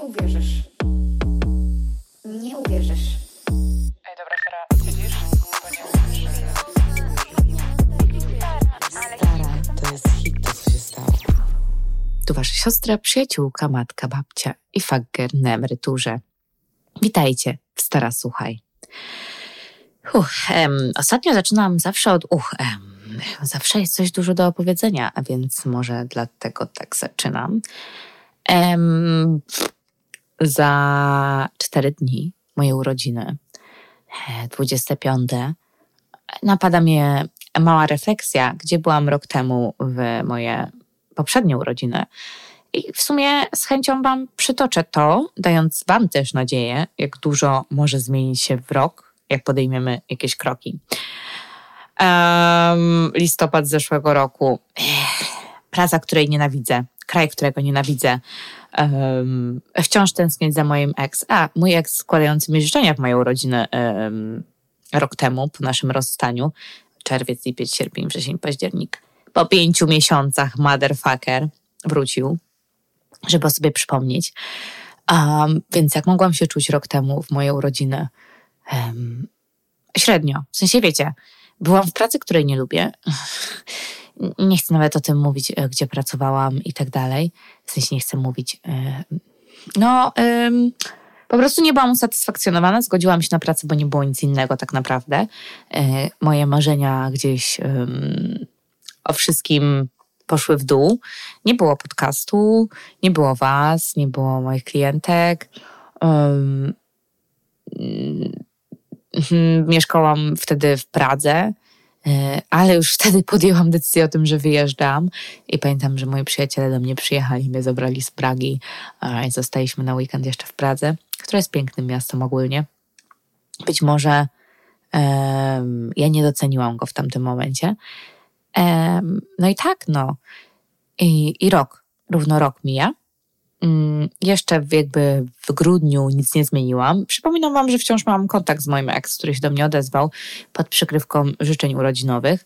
uwierzysz. Nie uwierzysz. Ej, dobra, Sara, siedzisz? Bo nie uwierzysz. Stara, to jest hit, to co się stało. Tu wasza siostra, przyjaciółka, matka, babcia i fager na emeryturze. Witajcie w Stara Słuchaj. Ostatnio zaczynam zawsze od zawsze jest coś dużo do opowiedzenia, a więc może dlatego tak zaczynam. Za 4 dni, moje urodziny, 25, napada mnie mała refleksja, gdzie byłam rok temu w moje poprzednie urodziny. I w sumie z chęcią wam przytoczę to, dając wam też nadzieję, jak dużo może zmienić się w rok, jak podejmiemy jakieś kroki. Listopad zeszłego roku. Praca, której nienawidzę. Kraj, którego nienawidzę. Wciąż tęsknię za moim ex. Mój ex składający mi życzenia w moje urodziny rok temu, po naszym rozstaniu. Czerwiec, lipiec, sierpień, wrzesień, październik. Po 5 miesiącach motherfucker wrócił, żeby o sobie przypomnieć. Więc jak mogłam się czuć rok temu w moje urodziny? Średnio. W sensie, wiecie, byłam w pracy, której nie lubię. Nie chcę nawet o tym mówić, gdzie pracowałam i tak dalej. W sensie nie chcę mówić. Po prostu nie byłam usatysfakcjonowana. Zgodziłam się na pracę, bo nie było nic innego tak naprawdę. Moje marzenia gdzieś o wszystkim poszły w dół. Nie było podcastu, nie było was, nie było moich klientek. Mieszkałam wtedy w Pradze, ale już wtedy podjęłam decyzję o tym, że wyjeżdżam i pamiętam, że moi przyjaciele do mnie przyjechali, mnie zabrali z Pragi i zostaliśmy na weekend jeszcze w Pradze, która jest pięknym miastem ogólnie. Być może ja nie doceniłam go w tamtym momencie. I równo rok mija. Jeszcze jakby w grudniu nic nie zmieniłam. Przypominam wam, że wciąż mam kontakt z moim ex, który się do mnie odezwał pod przykrywką życzeń urodzinowych.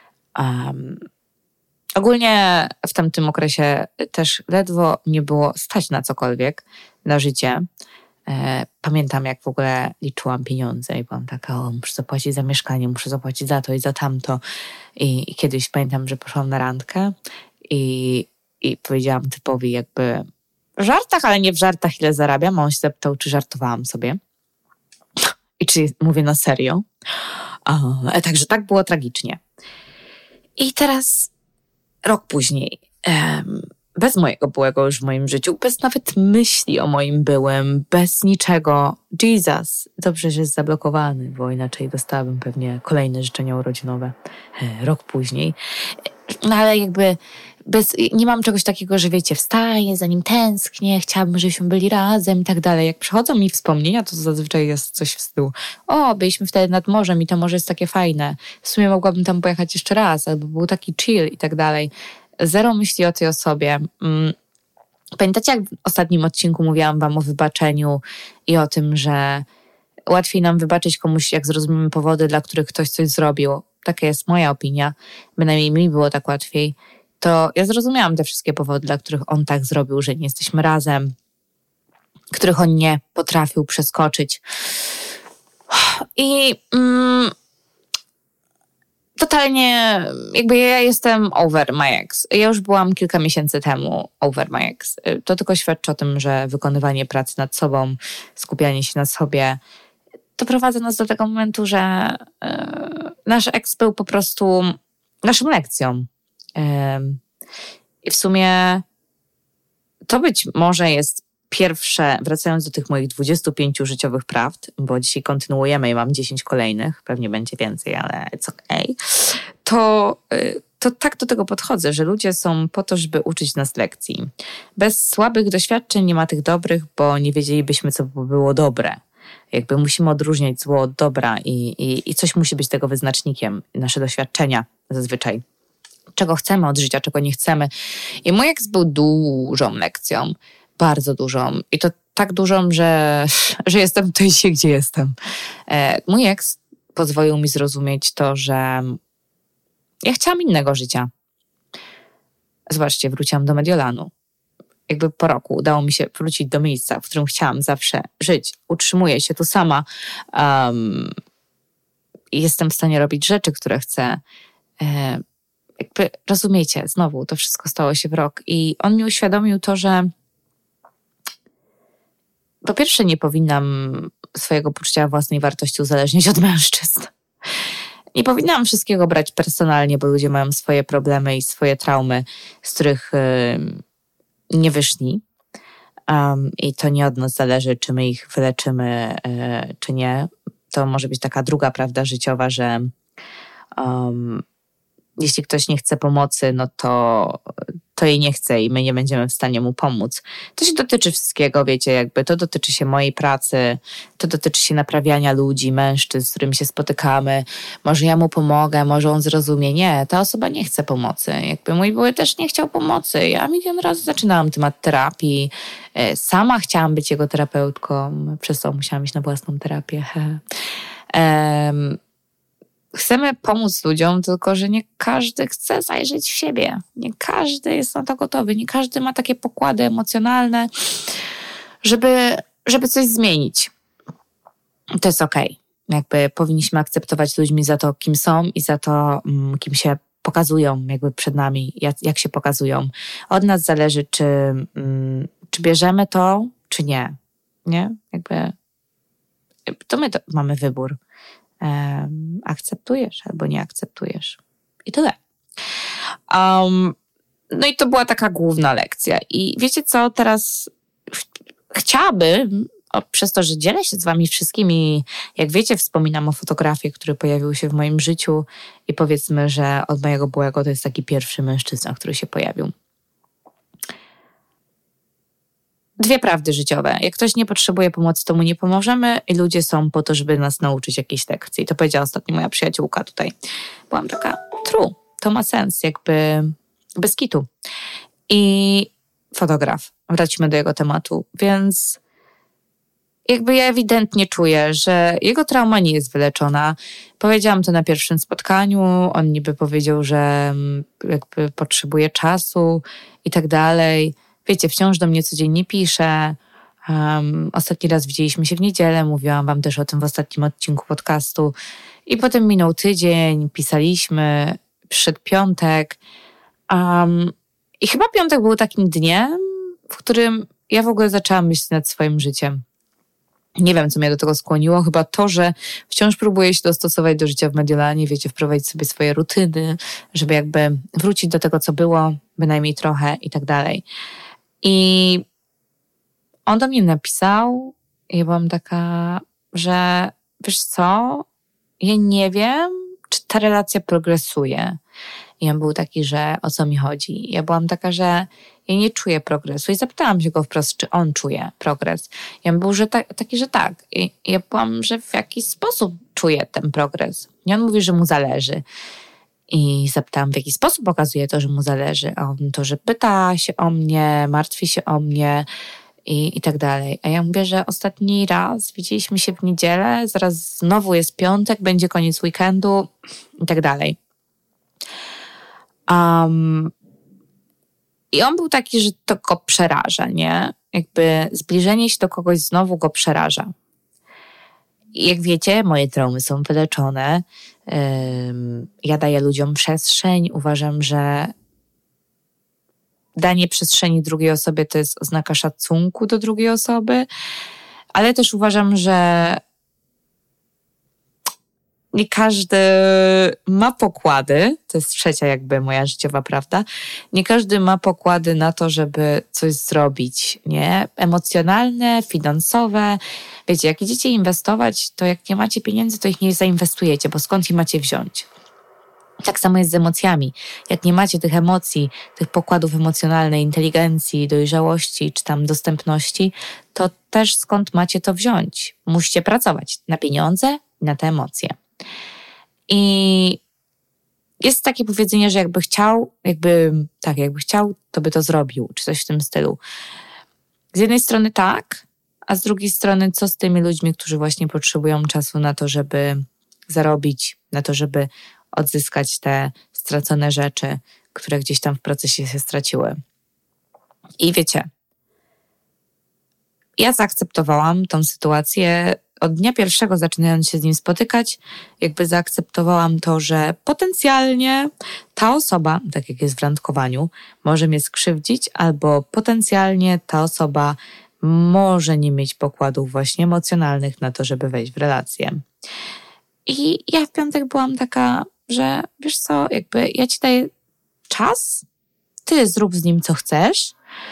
Ogólnie w tamtym okresie też ledwo nie było stać na cokolwiek, na życie. Pamiętam, jak w ogóle liczyłam pieniądze i byłam taka, muszę zapłacić za mieszkanie, muszę zapłacić za to i za tamto. I kiedyś pamiętam, że poszłam na randkę i powiedziałam typowi jakby w żartach, ale nie w żartach, ile zarabiam. A on się zapytał, czy żartowałam sobie i czy mówię na serio. Także tak było tragicznie. I teraz rok później, bez mojego byłego już w moim życiu, bez nawet myśli o moim byłym, bez niczego. Jesus, dobrze, że jest zablokowany, bo inaczej dostałabym pewnie kolejne życzenia urodzinowe rok później. No ale jakby nie mam czegoś takiego, że wiecie, wstaję, za nim tęsknię, chciałabym, żebyśmy byli razem i tak dalej. Jak przychodzą mi wspomnienia, to zazwyczaj jest coś w stylu, byliśmy wtedy nad morzem i to morze jest takie fajne. W sumie mogłabym tam pojechać jeszcze raz, albo był taki chill i tak dalej. Zero myśli o tej osobie. Pamiętacie, jak w ostatnim odcinku mówiłam wam o wybaczeniu i o tym, że łatwiej nam wybaczyć komuś, jak zrozumiemy powody, dla których ktoś coś zrobił. Taka jest moja opinia. Bynajmniej mi było tak łatwiej. To ja zrozumiałam te wszystkie powody, dla których on tak zrobił, że nie jesteśmy razem, których on nie potrafił przeskoczyć. I totalnie jakby ja jestem over my ex. Ja już byłam kilka miesięcy temu over my ex. To tylko świadczy o tym, że wykonywanie pracy nad sobą, skupianie się na sobie doprowadza nas do tego momentu, że nasz ex był po prostu naszą lekcją. I w sumie to być może jest pierwsze, wracając do tych moich 25 życiowych prawd, bo dzisiaj kontynuujemy i mam 10 kolejnych, pewnie będzie więcej, ale it's okay, to tak do tego podchodzę, że ludzie są po to, żeby uczyć nas lekcji. Bez słabych doświadczeń nie ma tych dobrych, bo nie wiedzielibyśmy, co by było dobre. Jakby musimy odróżniać zło od dobra i coś musi być tego wyznacznikiem. Nasze doświadczenia zazwyczaj. Czego chcemy od życia, czego nie chcemy. I mój ex był dużą lekcją. Bardzo dużą. I to tak dużą, że jestem tutaj dzisiaj, gdzie jestem. Mój ex pozwolił mi zrozumieć to, że ja chciałam innego życia. Zobaczcie, wróciłam do Mediolanu. jakby po roku udało mi się wrócić do miejsca, w którym chciałam zawsze żyć. Utrzymuję się tu sama. I jestem w stanie robić rzeczy, które chcę. Jakby rozumiecie, znowu to wszystko stało się w rok. I on mi uświadomił to, że po pierwsze nie powinnam swojego poczucia własnej wartości uzależniać od mężczyzn. Nie powinnam wszystkiego brać personalnie, bo ludzie mają swoje problemy i swoje traumy, z których nie wyszli. I to nie od nas zależy, czy my ich wyleczymy, czy nie. To może być taka druga prawda życiowa, że jeśli ktoś nie chce pomocy, no to jej nie chce i my nie będziemy w stanie mu pomóc. To się dotyczy wszystkiego, wiecie, jakby to dotyczy się mojej pracy, to dotyczy się naprawiania ludzi, mężczyzn, z którymi się spotykamy. Może ja mu pomogę, może on zrozumie. Nie, ta osoba nie chce pomocy. Jakby mój były też nie chciał pomocy. Ja milion razy zaczynałam temat terapii. Sama chciałam być jego terapeutką, przez to musiałam iść na własną terapię. Chcemy pomóc ludziom, tylko że nie każdy chce zajrzeć w siebie. Nie każdy jest na to gotowy. Nie każdy ma takie pokłady emocjonalne, żeby coś zmienić. To jest okej. Jakby powinniśmy akceptować ludźmi za to, kim są i za to, kim się pokazują jakby przed nami, jak się pokazują. Od nas zależy, czy bierzemy to, czy nie. Nie? Jakby to my mamy wybór. Akceptujesz albo nie akceptujesz. I tyle. No i to była taka główna lekcja. I wiecie co, teraz chciałabym, przez to, że dzielę się z wami wszystkimi, jak wiecie, wspominam o fotografii, który pojawił się w moim życiu i powiedzmy, że od mojego byłego to jest taki pierwszy mężczyzna, który się pojawił. Dwie prawdy życiowe. Jak ktoś nie potrzebuje pomocy, to mu nie pomożemy i ludzie są po to, żeby nas nauczyć jakiejś lekcji. To powiedziała ostatnio moja przyjaciółka tutaj. Byłam taka, true, to ma sens, jakby bez kitu. I fotograf, wróćmy do jego tematu, więc jakby ja ewidentnie czuję, że jego trauma nie jest wyleczona. Powiedziałam to na pierwszym spotkaniu, on niby powiedział, że jakby potrzebuje czasu i tak dalej. Wiecie, wciąż do mnie codziennie pisze. Ostatni raz widzieliśmy się w niedzielę, mówiłam wam też o tym w ostatnim odcinku podcastu. I potem minął tydzień, pisaliśmy, przyszedł piątek. I chyba piątek był takim dniem, w którym ja w ogóle zaczęłam myśleć nad swoim życiem. Nie wiem, co mnie do tego skłoniło. Chyba to, że wciąż próbuję się dostosować do życia w Mediolanie, wiecie, wprowadzić sobie swoje rutyny, żeby jakby wrócić do tego, co było, bynajmniej trochę i tak dalej. I on do mnie napisał i ja byłam taka, że wiesz co, ja nie wiem, czy ta relacja progresuje. I on był taki, że o co mi chodzi. Ja byłam taka, że ja nie czuję progresu. I zapytałam się go wprost, czy on czuje progres. I on był że taki, że tak. I ja byłam, że w jakiś sposób czuje ten progres. I on mówi, że mu zależy. I zapytałam, w jaki sposób pokazuje to, że mu zależy. A on to, że pyta się o mnie, martwi się o mnie i tak dalej. A ja mówię, że ostatni raz widzieliśmy się w niedzielę, zaraz znowu jest piątek, będzie koniec weekendu i tak dalej. I on był taki, że to go przeraża, nie? Jakby zbliżenie się do kogoś znowu go przeraża. I jak wiecie, moje traumy są wyleczone. Ja daję ludziom przestrzeń. Uważam, że danie przestrzeni drugiej osobie to jest oznaka szacunku do drugiej osoby, ale też uważam, że nie każdy ma pokłady, to jest trzecia jakby moja życiowa prawda, nie każdy ma pokłady na to, żeby coś zrobić, nie? Emocjonalne, finansowe. Wiecie, jak idziecie inwestować, to jak nie macie pieniędzy, to ich nie zainwestujecie, bo skąd je macie wziąć? Tak samo jest z emocjami. Jak nie macie tych emocji, tych pokładów emocjonalnej, inteligencji, dojrzałości czy tam dostępności, to też skąd macie to wziąć? Musicie pracować na pieniądze i na te emocje. I jest takie powiedzenie, że jakby chciał, to by to zrobił, czy coś w tym stylu. Z jednej strony tak, a z drugiej strony co z tymi ludźmi, którzy właśnie potrzebują czasu na to, żeby zarobić, na to, żeby odzyskać te stracone rzeczy, które gdzieś tam w procesie się straciły. I wiecie, ja zaakceptowałam tą sytuację. Od dnia pierwszego, zaczynając się z nim spotykać, jakby zaakceptowałam to, że potencjalnie ta osoba, tak jak jest w randkowaniu, może mnie skrzywdzić, albo potencjalnie ta osoba może nie mieć pokładów właśnie emocjonalnych na to, żeby wejść w relację. I ja w piątek byłam taka, że wiesz co, jakby ja ci daję czas, ty zrób z nim co chcesz,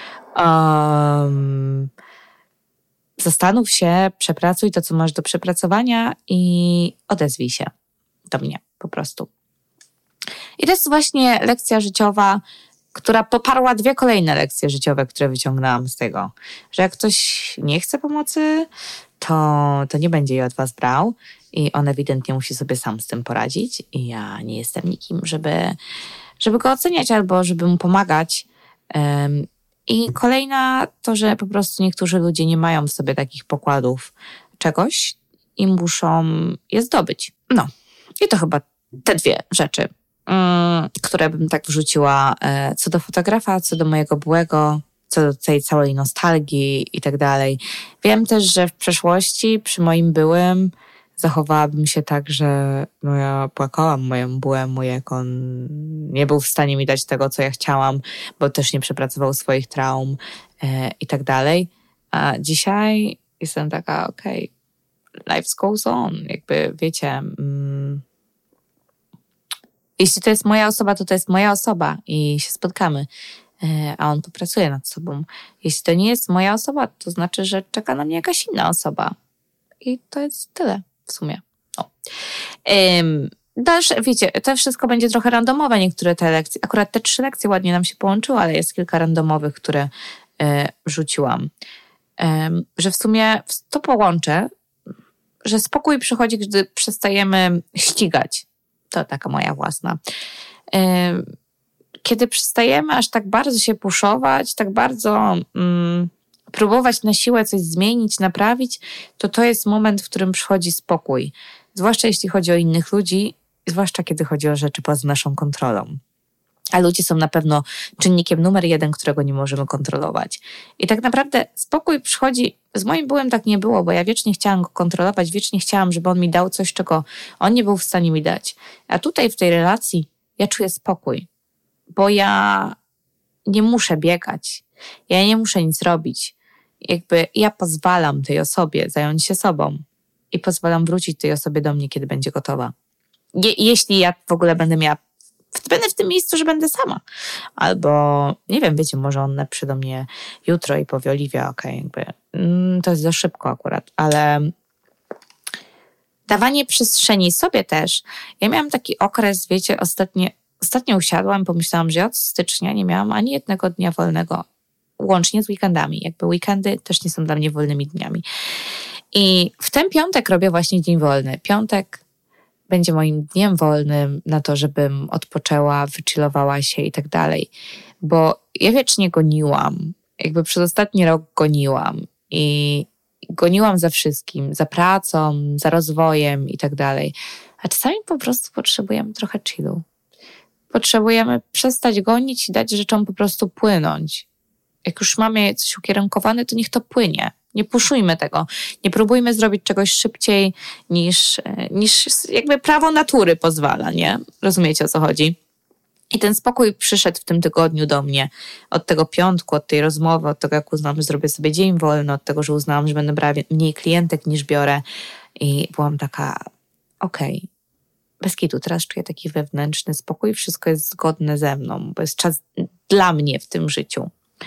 zastanów się, przepracuj to, co masz do przepracowania i odezwij się do mnie po prostu. I to jest właśnie lekcja życiowa, która poparła 2 kolejne lekcje życiowe, które wyciągnęłam z tego, że jak ktoś nie chce pomocy, to nie będzie jej od was brał i on ewidentnie musi sobie sam z tym poradzić i ja nie jestem nikim, żeby go oceniać albo żeby mu pomagać. I kolejna to, że po prostu niektórzy ludzie nie mają w sobie takich pokładów czegoś i muszą je zdobyć. No i to chyba te 2 rzeczy, które bym tak wrzuciła co do fotografa, co do mojego byłego, co do tej całej nostalgii i tak dalej. Wiem też, że w przeszłości przy moim byłym zachowałabym się tak, że ja płakałam mojemu byłemu, jak on nie był w stanie mi dać tego, co ja chciałam, bo też nie przepracował swoich traum i tak dalej. A dzisiaj jestem taka, okej, life goes on. Jakby, wiecie, jeśli to jest moja osoba, to jest moja osoba i się spotkamy, a on popracuje nad sobą. Jeśli to nie jest moja osoba, to znaczy, że czeka na mnie jakaś inna osoba. I to jest tyle w sumie. Dalsze, wiecie, to wszystko będzie trochę randomowe, niektóre te lekcje. Akurat te 3 lekcje ładnie nam się połączyły, ale jest kilka randomowych, które rzuciłam. Że w sumie to połączę, że spokój przychodzi, gdy przestajemy ścigać. To taka moja własna. Kiedy przestajemy aż tak bardzo się puszować, tak bardzo próbować na siłę coś zmienić, naprawić, to jest moment, w którym przychodzi spokój. Zwłaszcza jeśli chodzi o innych ludzi, zwłaszcza kiedy chodzi o rzeczy poza naszą kontrolą. A ludzie są na pewno czynnikiem numer 1, którego nie możemy kontrolować. I tak naprawdę spokój przychodzi, z moim byłem tak nie było, bo ja wiecznie chciałam go kontrolować, wiecznie chciałam, żeby on mi dał coś, czego on nie był w stanie mi dać. A tutaj w tej relacji ja czuję spokój, bo ja nie muszę biegać, ja nie muszę nic robić. Jakby ja pozwalam tej osobie zająć się sobą i pozwalam wrócić tej osobie do mnie, kiedy będzie gotowa. Jeśli ja w ogóle będę w tym miejscu, że będę sama. Albo, nie wiem, wiecie, może on napisze do mnie jutro i powie, Oliwia, okej, jakby to jest za szybko akurat, ale dawanie przestrzeni sobie też. Ja miałam taki okres, wiecie, ostatnio usiadłam, pomyślałam, że od stycznia nie miałam ani jednego dnia wolnego, łącznie z weekendami. Jakby weekendy też nie są dla mnie wolnymi dniami. I w ten piątek robię właśnie dzień wolny. Piątek będzie moim dniem wolnym na to, żebym odpoczęła, wychillowała się i tak dalej. Bo ja wiecznie goniłam. Jakby przez ostatni rok goniłam. I goniłam za wszystkim. Za pracą, za rozwojem i tak dalej. A czasami po prostu potrzebujemy trochę chillu. Potrzebujemy przestać gonić i dać rzeczom po prostu płynąć. Jak już mamy coś ukierunkowane, to niech to płynie. Nie puszujmy tego. Nie próbujmy zrobić czegoś szybciej niż jakby prawo natury pozwala, nie? Rozumiecie, o co chodzi? I ten spokój przyszedł w tym tygodniu do mnie. Od tego piątku, od tej rozmowy, od tego, jak uznałam, że zrobię sobie dzień wolny, od tego, że uznałam, że będę brała mniej klientek niż biorę. I byłam taka, okej, bez kitu, teraz czuję taki wewnętrzny spokój, wszystko jest zgodne ze mną, bo jest czas dla mnie w tym życiu.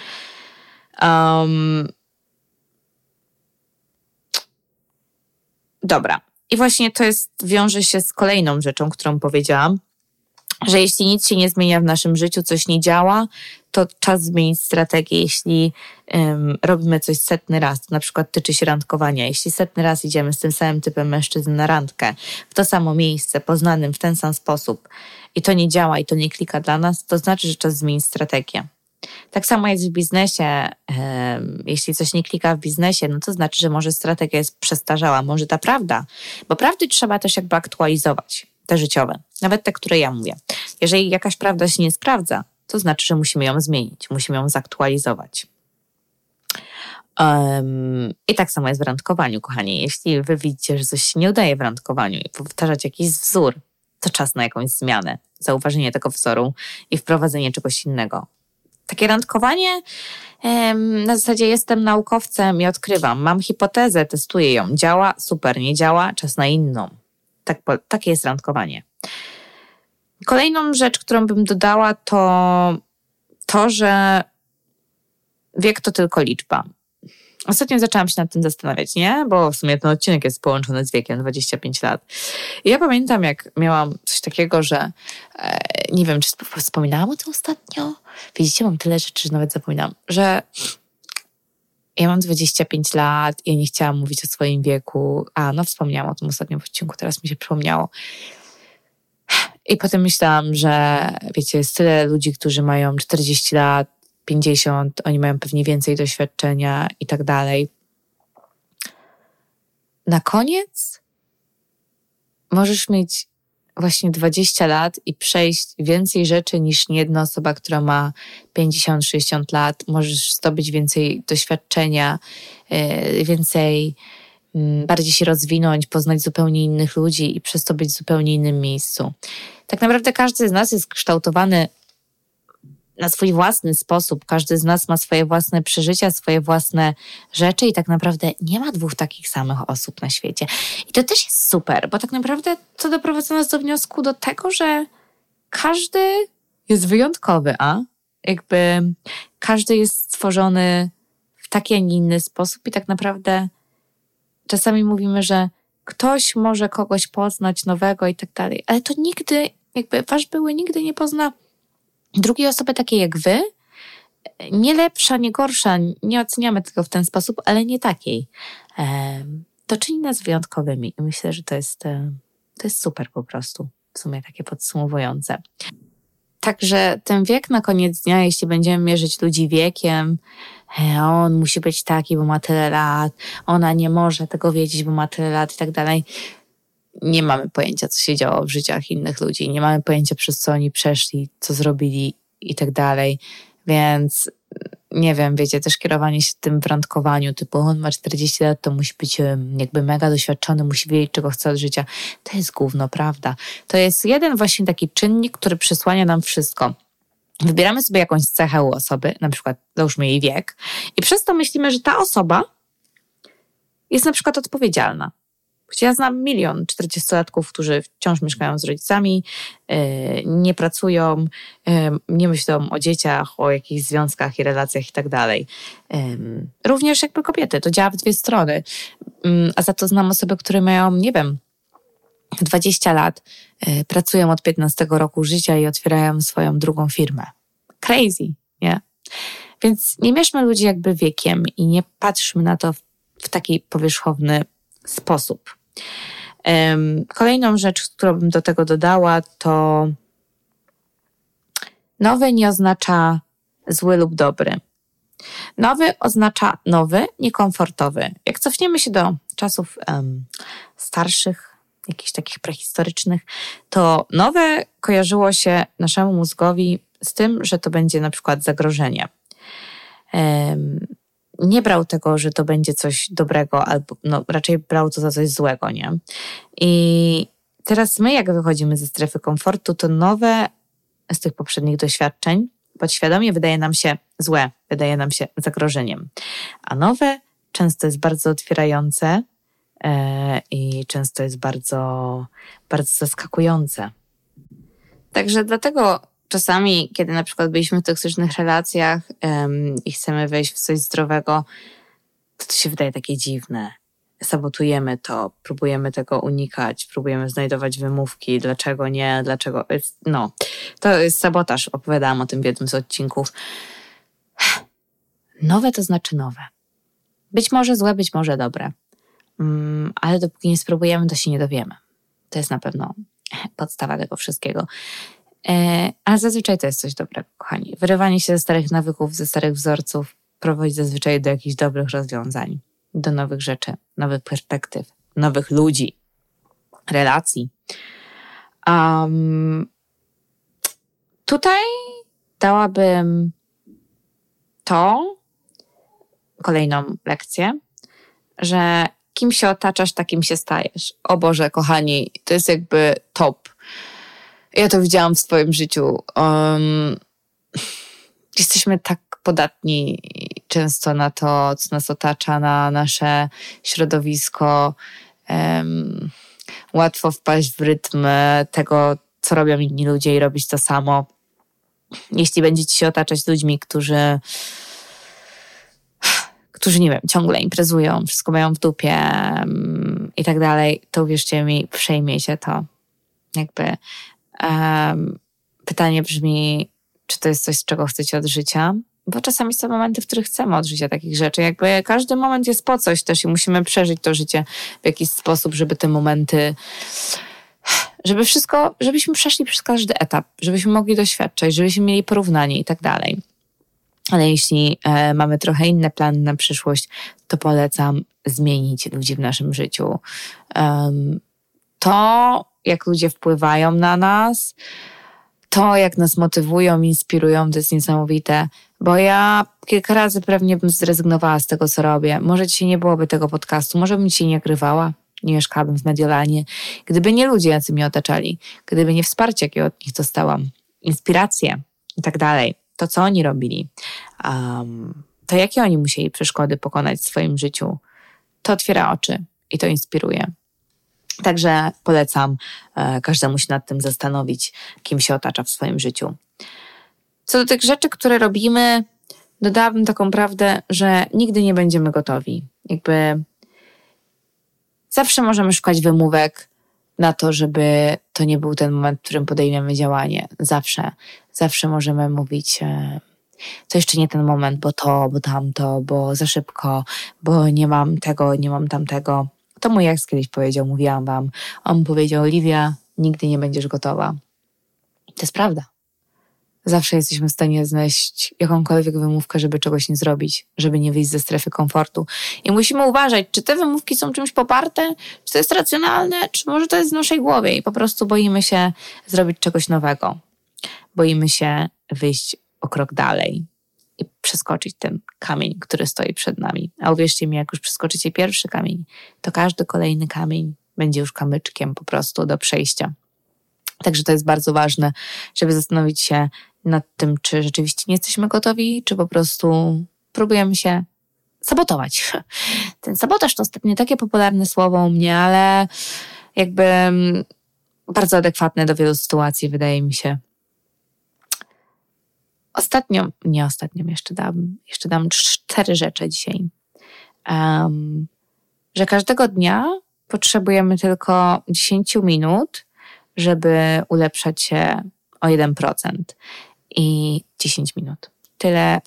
Dobra. I właśnie to wiąże się z kolejną rzeczą, którą powiedziałam, że jeśli nic się nie zmienia w naszym życiu, coś nie działa, to czas zmienić strategię. Jeśli robimy coś 100 raz, to na przykład tyczy się randkowania. Jeśli 100 raz idziemy z tym samym typem mężczyzn na randkę, w to samo miejsce, poznanym w ten sam sposób i to nie działa i to nie klika dla nas, to znaczy, że czas zmienić strategię. Tak samo jest w biznesie. Jeśli coś nie klika w biznesie, no to znaczy, że może strategia jest przestarzała, może ta prawda, bo prawdy trzeba też jakby aktualizować, te życiowe, nawet te, które ja mówię. Jeżeli jakaś prawda się nie sprawdza, to znaczy, że musimy ją zmienić, musimy ją zaktualizować. I tak samo jest w randkowaniu, kochani. Jeśli wy widzicie, że coś się nie udaje w randkowaniu i powtarzać jakiś wzór, to czas na jakąś zmianę, zauważenie tego wzoru i wprowadzenie czegoś innego. Takie randkowanie na zasadzie jestem naukowcem i odkrywam. Mam hipotezę, testuję ją. Działa? Super. Nie działa? Czas na inną. Takie jest randkowanie. Kolejną rzecz, którą bym dodała, to, że wiek to tylko liczba. Ostatnio zaczęłam się nad tym zastanawiać, nie? Bo w sumie ten odcinek jest połączony z wiekiem, 25 lat. I ja pamiętam, jak miałam coś takiego, że nie wiem, czy wspominałam o tym ostatnio? Widzicie, mam tyle rzeczy, że nawet zapominam, że ja mam 25 lat i ja nie chciałam mówić o swoim wieku. Wspomniałam o tym ostatnio w odcinku, teraz mi się przypomniało. I potem myślałam, że wiecie, jest tyle ludzi, którzy mają 40 lat, 50, oni mają pewnie więcej doświadczenia i tak dalej. Na koniec możesz mieć właśnie 20 lat i przejść więcej rzeczy niż jedna osoba, która ma 50-60 lat. Możesz zdobyć więcej doświadczenia, bardziej się rozwinąć, poznać zupełnie innych ludzi i przez to być w zupełnie innym miejscu. Tak naprawdę każdy z nas jest kształtowany na swój własny sposób. Każdy z nas ma swoje własne przeżycia, swoje własne rzeczy i tak naprawdę nie ma dwóch takich samych osób na świecie. I to też jest super, bo tak naprawdę to doprowadza nas do wniosku do tego, że każdy jest wyjątkowy, jakby każdy jest stworzony w taki, a nie inny sposób i tak naprawdę czasami mówimy, że ktoś może kogoś poznać nowego i tak dalej, ale to nigdy, jakby wasz były nigdy nie pozna drugiej osoby takiej jak wy, nie lepsza, nie gorsza, nie oceniamy tego w ten sposób, ale nie takiej. To czyni nas wyjątkowymi i myślę, że to jest super po prostu, w sumie takie podsumowujące. Także ten wiek na koniec dnia, jeśli będziemy mierzyć ludzi wiekiem, on musi być taki, bo ma tyle lat, ona nie może tego wiedzieć, bo ma tyle lat i tak dalej. Nie mamy pojęcia, co się działo w życiach innych ludzi. Nie mamy pojęcia, przez co oni przeszli, co zrobili i tak dalej. Więc nie wiem, wiecie, też kierowanie się tym w randkowaniu, typu on ma 40 lat, to musi być jakby mega doświadczony, musi wiedzieć, czego chce od życia. To jest gówno, prawda? To jest jeden właśnie taki czynnik, który przysłania nam wszystko. Wybieramy sobie jakąś cechę u osoby, na przykład załóżmy jej wiek i przez to myślimy, że ta osoba jest na przykład odpowiedzialna. Ja znam 1 40-latków, którzy wciąż mieszkają z rodzicami, nie pracują, nie myślą o dzieciach, o jakichś związkach i relacjach i tak dalej. Również jakby kobiety, to działa w dwie strony. A za to znam osoby, które mają, nie wiem, 20 lat, pracują od 15 roku życia i otwierają swoją drugą firmę. Crazy, nie? Więc nie mierzmy ludzi jakby wiekiem i nie patrzmy na to w taki powierzchowny sposób. Kolejną rzecz, którą bym do tego dodała, to nowy nie oznacza zły lub dobry. Nowy oznacza nowy, niekomfortowy. Jak cofniemy się do czasów starszych, jakichś takich prehistorycznych, to nowe kojarzyło się naszemu mózgowi z tym, że to będzie na przykład zagrożenie. Nie brał tego, że to będzie coś dobrego, albo raczej brał to za coś złego, nie? I teraz my, jak wychodzimy ze strefy komfortu, to nowe z tych poprzednich doświadczeń podświadomie wydaje nam się złe, wydaje nam się zagrożeniem. A nowe często jest bardzo otwierające i często jest bardzo, bardzo zaskakujące. Także dlatego czasami, kiedy na przykład byliśmy w toksycznych relacjach i chcemy wejść w coś zdrowego, to się wydaje takie dziwne. Sabotujemy to, próbujemy tego unikać, próbujemy znajdować wymówki, dlaczego nie, dlaczego... to jest sabotaż, opowiadałam o tym w jednym z odcinków. Nowe to znaczy nowe. Być może złe, być może dobre. Ale dopóki nie spróbujemy, to się nie dowiemy. To jest na pewno podstawa tego wszystkiego. Ale zazwyczaj to jest coś dobrego, kochani. Wyrywanie się ze starych nawyków, ze starych wzorców prowadzi zazwyczaj do jakichś dobrych rozwiązań, do nowych rzeczy, nowych perspektyw, nowych ludzi, relacji. Tutaj dałabym to, kolejną lekcję, że kim się otaczasz, takim się stajesz. O Boże, kochani, to jest jakby top. Ja to widziałam w swoim życiu. Jesteśmy tak podatni często na to, co nas otacza, na nasze środowisko. Łatwo wpaść w rytm tego, co robią inni ludzie i robić to samo. Jeśli będziecie się otaczać ludźmi, którzy nie wiem, ciągle imprezują, wszystko mają w dupie i tak dalej, to uwierzcie mi, przejmiecie to. Jakby pytanie brzmi, czy to jest coś, z czego chcecie od życia? Bo czasami są momenty, w których chcemy od życia takich rzeczy. Jakby każdy moment jest po coś też i musimy przeżyć to życie w jakiś sposób, żeby te momenty, żebyśmy przeszli przez każdy etap, żebyśmy mogli doświadczać, żebyśmy mieli porównanie i tak dalej. Ale jeśli mamy trochę inne plany na przyszłość, to polecam zmienić ludzi w naszym życiu. To, jak ludzie wpływają na nas, to, jak nas motywują, inspirują, to jest niesamowite. Bo ja kilka razy pewnie bym zrezygnowała z tego, co robię. Może dzisiaj nie byłoby tego podcastu, może bym dzisiaj nie nagrywała, nie mieszkałabym w Mediolanie. Gdyby nie ludzie, jacy mnie otaczali, gdyby nie wsparcie, jakie od nich dostałam, inspiracje i tak dalej, to co oni robili, to jakie oni musieli przeszkody pokonać w swoim życiu, to otwiera oczy i to inspiruje. Także polecam każdemu się nad tym zastanowić, kim się otacza w swoim życiu. Co do tych rzeczy, które robimy, dodałabym taką prawdę, że nigdy nie będziemy gotowi. Jakby zawsze możemy szukać wymówek na to, żeby to nie był ten moment, w którym podejmiemy działanie. Zawsze możemy mówić, to jeszcze nie ten moment, bo to, bo tamto, bo za szybko, bo nie mam tego, nie mam tamtego. To mój ex kiedyś powiedział, mówiłam wam. On powiedział, Oliwia, nigdy nie będziesz gotowa. To jest prawda. Zawsze jesteśmy w stanie znaleźć jakąkolwiek wymówkę, żeby czegoś nie zrobić, żeby nie wyjść ze strefy komfortu. I musimy uważać, czy te wymówki są czymś poparte, czy to jest racjonalne, czy może to jest w naszej głowie i po prostu boimy się zrobić czegoś nowego. Boimy się wyjść o krok dalej i przeskoczyć ten kamień, który stoi przed nami. A uwierzcie mi, jak już przeskoczycie pierwszy kamień, to każdy kolejny kamień będzie już kamyczkiem po prostu do przejścia. Także to jest bardzo ważne, żeby zastanowić się nad tym, czy rzeczywiście nie jesteśmy gotowi, czy po prostu próbujemy się sabotować. Ten sabotaż to ostatnio takie popularne słowo u mnie, ale jakby bardzo adekwatne do wielu sytuacji, wydaje mi się. Jeszcze dam 4 rzeczy dzisiaj. Że każdego dnia potrzebujemy tylko 10 minut, żeby ulepszać się o 1% i 10 minut. Tyle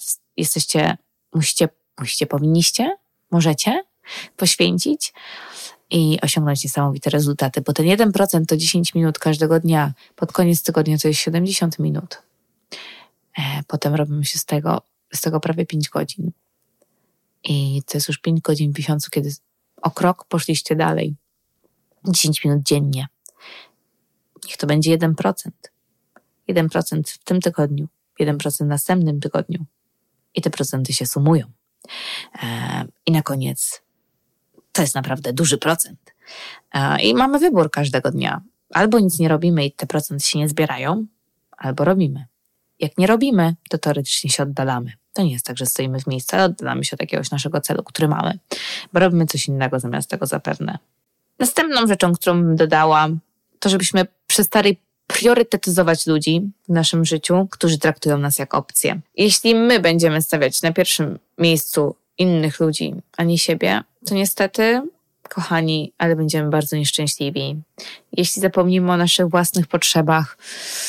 możecie poświęcić i osiągnąć niesamowite rezultaty, bo ten 1% to 10 minut każdego dnia. Pod koniec tygodnia to jest 70 minut. Potem robimy się z tego prawie 5 godzin. I to jest już 5 godzin w miesiącu, kiedy o krok poszliście dalej. 10 minut dziennie. Niech to będzie 1%. 1% w tym tygodniu, 1% w następnym tygodniu. I te procenty się sumują. I na koniec to jest naprawdę duży procent. I mamy wybór każdego dnia. Albo nic nie robimy i te procenty się nie zbierają, albo robimy. Jak nie robimy, to teoretycznie się oddalamy. To nie jest tak, że stoimy w miejscu, ale oddalamy się od jakiegoś naszego celu, który mamy, bo robimy coś innego zamiast tego zapewne. Następną rzeczą, którą bym dodała, to żebyśmy przestali priorytetyzować ludzi w naszym życiu, którzy traktują nas jak opcję. Jeśli my będziemy stawiać na pierwszym miejscu innych ludzi, a nie siebie, to niestety, kochani, ale będziemy bardzo nieszczęśliwi. Jeśli zapomnimy o naszych własnych potrzebach,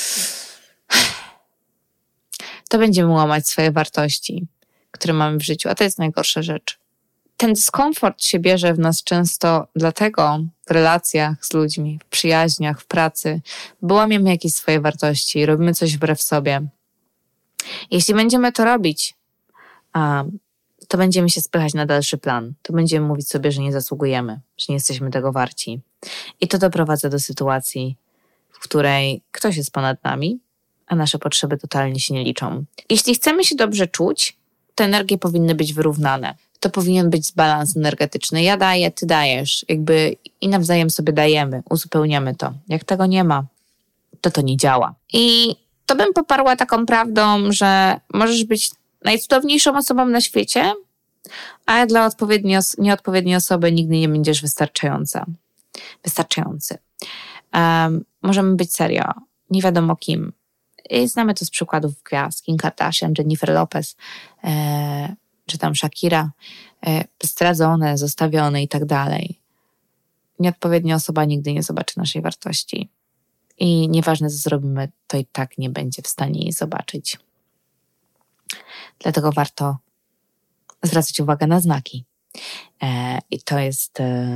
to będziemy łamać swoje wartości, które mamy w życiu, a to jest najgorsza rzecz. Ten dyskomfort się bierze w nas często dlatego w relacjach z ludźmi, w przyjaźniach, w pracy, bo łamiemy jakieś swoje wartości, robimy coś wbrew sobie. Jeśli będziemy to robić, to będziemy się spychać na dalszy plan. To będziemy mówić sobie, że nie zasługujemy, że nie jesteśmy tego warci. I to doprowadza do sytuacji, w której ktoś jest ponad nami, a nasze potrzeby totalnie się nie liczą. Jeśli chcemy się dobrze czuć, te energie powinny być wyrównane. to powinien być balans energetyczny. Ja daję, ty dajesz. Jakby i nawzajem sobie dajemy, uzupełniamy to. Jak tego nie ma, to nie działa. I to bym poparła taką prawdą, że możesz być najcudowniejszą osobą na świecie, ale dla nieodpowiedniej osoby nigdy nie będziesz wystarczający. Możemy być serio, nie wiadomo kim. I znamy to z przykładów gwiazd, Kim Kardashian, Jennifer Lopez, czy tam Shakira, zdradzone, zostawione i tak dalej. Nieodpowiednia osoba nigdy nie zobaczy naszej wartości. I nieważne co zrobimy, to i tak nie będzie w stanie jej zobaczyć. Dlatego warto zwracać uwagę na znaki. I to jest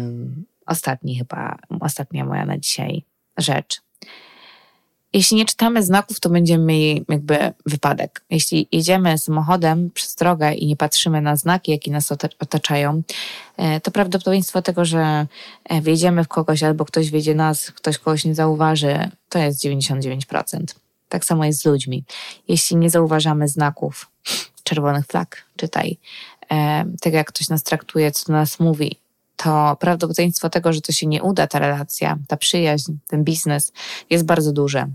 ostatnia moja na dzisiaj rzecz. Jeśli nie czytamy znaków, to będziemy mieli jakby wypadek. Jeśli jedziemy samochodem przez drogę i nie patrzymy na znaki, jakie nas otaczają, to prawdopodobieństwo tego, że wjedziemy w kogoś albo ktoś wjedzie nas, ktoś kogoś nie zauważy, to jest 99%. Tak samo jest z ludźmi. Jeśli nie zauważamy znaków, czerwonych flag, czytaj, tego jak ktoś nas traktuje, co do nas mówi, to prawdopodobieństwo tego, że to się nie uda, ta relacja, ta przyjaźń, ten biznes jest bardzo duże.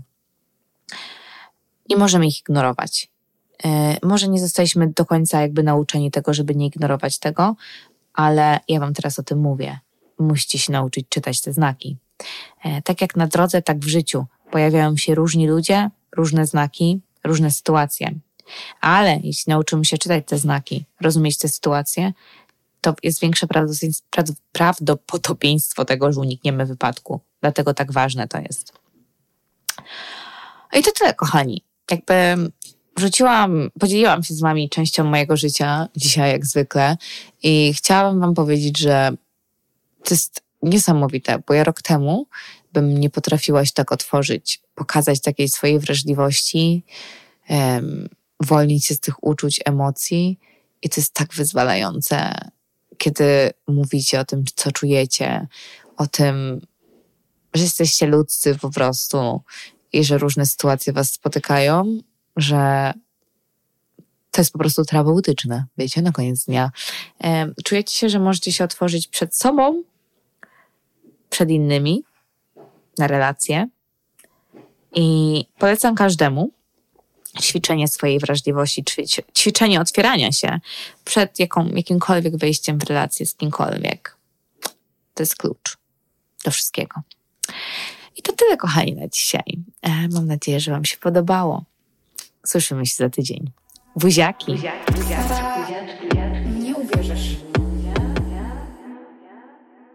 Nie możemy ich ignorować. Może nie zostaliśmy do końca jakby nauczeni tego, żeby nie ignorować tego, ale ja wam teraz o tym mówię. Musicie się nauczyć czytać te znaki. Tak jak na drodze, tak w życiu. Pojawiają się różni ludzie, różne znaki, różne sytuacje. Ale jeśli nauczymy się czytać te znaki, rozumieć te sytuacje, to jest większe prawdopodobieństwo tego, że unikniemy wypadku. Dlatego tak ważne to jest. I to tyle, kochani. Jakby podzieliłam się z wami częścią mojego życia dzisiaj, jak zwykle, i chciałabym wam powiedzieć, że to jest niesamowite, bo ja rok temu bym nie potrafiła się tak otworzyć, pokazać takiej swojej wrażliwości, uwolnić się z tych uczuć, emocji, i to jest tak wyzwalające, kiedy mówicie o tym, co czujecie, o tym, że jesteście ludzcy po prostu i że różne sytuacje was spotykają, że to jest po prostu terapeutyczne, wiecie, na koniec dnia. Czujecie się, że możecie się otworzyć przed sobą, przed innymi, na relacje, i polecam każdemu ćwiczenie swojej wrażliwości, ćwiczenie otwierania się przed jakimkolwiek wejściem w relację z kimkolwiek. To jest klucz do wszystkiego. I to tyle, kochani, na dzisiaj. Mam nadzieję, że wam się podobało. Słyszymy się za tydzień. Buziaki. Buziaczki.